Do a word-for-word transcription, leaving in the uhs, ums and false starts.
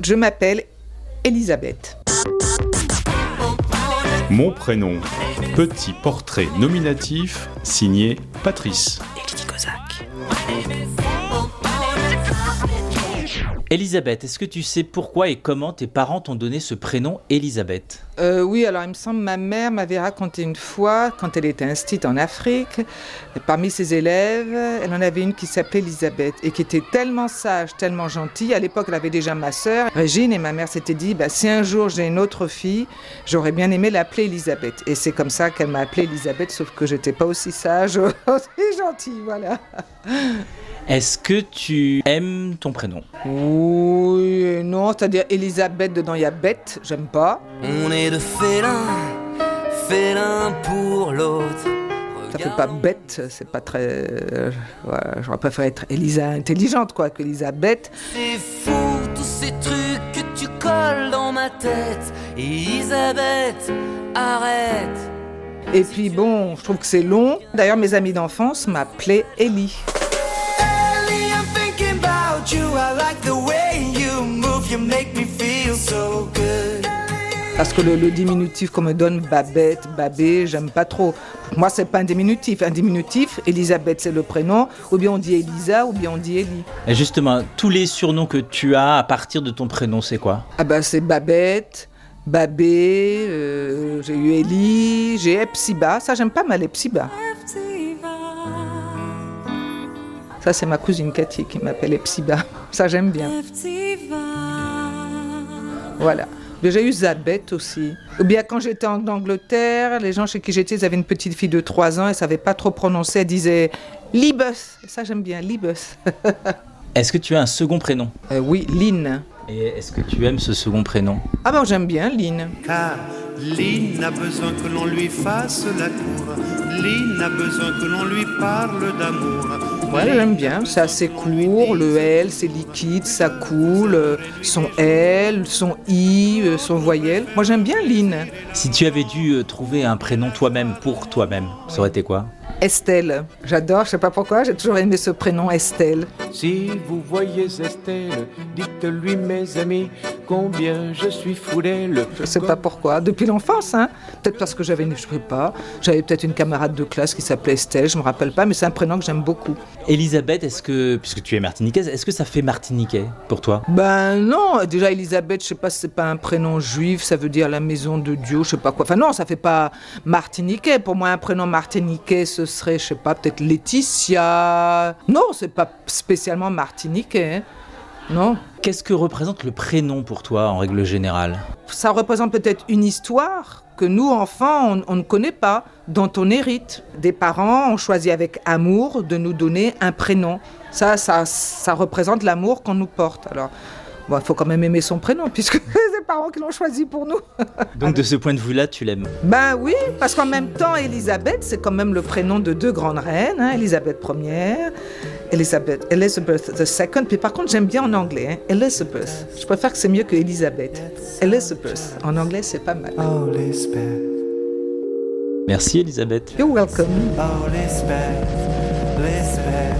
Je m'appelle Elisabeth. Mon prénom, petit portrait nominatif signé Patrice. Elisabeth, est-ce que tu sais pourquoi et comment tes parents t'ont donné ce prénom Elisabeth ? Euh, oui, alors il me semble que ma mère m'avait raconté une fois, quand elle était instite en Afrique, parmi ses élèves, elle en avait une qui s'appelait Elisabeth et qui était tellement sage, tellement gentille. À l'époque, elle avait déjà ma sœur, Régine, et ma mère s'était dit, bah, si un jour j'ai une autre fille, j'aurais bien aimé l'appeler Elisabeth. Et c'est comme ça qu'elle m'a appelée Elisabeth, sauf que j'étais pas aussi sage, aussi gentille, voilà. Est-ce que tu aimes ton prénom ? Oui et non, c'est-à-dire Elisabeth, dedans il y a bête, j'aime pas. On est de félin, félin pour l'autre. Ça fait pas bête, c'est pas très... Euh, voilà, j'aurais préféré être Elisa intelligente, quoi, qu'Elisabeth. C'est fou, tous ces trucs que tu colles dans ma tête. Elisabeth, arrête. Et puis bon, je trouve que c'est long. D'ailleurs, mes amis d'enfance m'appelaient Ellie. Parce que le, le diminutif qu'on me donne, Babette, Babé, j'aime pas trop. Pour moi, c'est pas un diminutif. Un diminutif, Elisabeth, c'est le prénom, ou bien on dit Elisa, ou bien on dit Ellie. Et justement, tous les surnoms que tu as à partir de ton prénom, c'est quoi ? Ah bah c'est Babette, Babé, euh, j'ai eu Ellie, j'ai Epsiba. Ça, j'aime pas mal Epsiba. Ça, c'est ma cousine Cathy qui m'appelle Epsiba. Ça, j'aime bien. Voilà. J'ai eu Zabeth aussi. Ou bien quand j'étais en Angleterre, les gens chez qui j'étais, ils avaient une petite fille de trois ans, elle ne savait pas trop prononcer, elle disait « Libus ». Ça, j'aime bien, Libus. Est-ce que tu as un second prénom ? euh, Oui, Lynn. Et est-ce que tu aimes ce second prénom ? Ah ben, j'aime bien Lynn. Car Lynn a besoin que l'on lui fasse la cour. Lynn a besoin que l'on lui parle d'amour. Ouais, j'aime bien. C'est assez court, le L, c'est liquide, ça coule. Son L, son I, son voyelle. Moi, j'aime bien Lynn. Si tu avais dû trouver un prénom toi-même, pour toi-même, ça aurait été quoi ? Estelle. J'adore, je sais pas pourquoi, j'ai toujours aimé ce prénom Estelle. Si vous voyez Estelle, dites-lui mes amis, combien je suis fou d'elle. Je sais pas pourquoi, depuis l'enfance, hein. Peut-être parce que j'avais une, je sais pas, j'avais peut-être une camarade de classe qui s'appelait Estelle, je me rappelle pas, mais c'est un prénom que j'aime beaucoup. Elisabeth, est-ce que, puisque tu es martiniquaise, est-ce que ça fait martiniquais pour toi ? Ben non, déjà Elisabeth, je sais pas si c'est pas un prénom juif, ça veut dire la maison de Dieu, je sais pas quoi. Enfin non, ça fait pas martiniquais. Pour moi, un prénom martiniquais, ce serait, je sais pas, peut-être Laetitia. Non, c'est pas spécialement martiniquais, hein. Non. Qu'est-ce que représente le prénom pour toi, en règle générale ? Ça représente peut-être une histoire que nous, enfants, on, on ne connaît pas, dont on hérite. Des parents ont choisi avec amour de nous donner un prénom. Ça, ça, ça représente l'amour qu'on nous porte. Alors, bon, il faut quand même aimer son prénom, puisque c'est les parents qui l'ont choisi pour nous. Donc de ce point de vue-là, tu l'aimes ? Ben oui, parce qu'en même temps, Elisabeth, c'est quand même le prénom de deux grandes reines, hein, Elisabeth première, Elisabeth, Elizabeth the second. Puis par contre, j'aime bien en anglais, hein, Elizabeth. Je préfère que c'est mieux que Elisabeth. Elizabeth, en anglais, c'est pas mal. Oh, Lisbeth. Merci Elisabeth. You're welcome. Oh, Lisbeth. Lisbeth.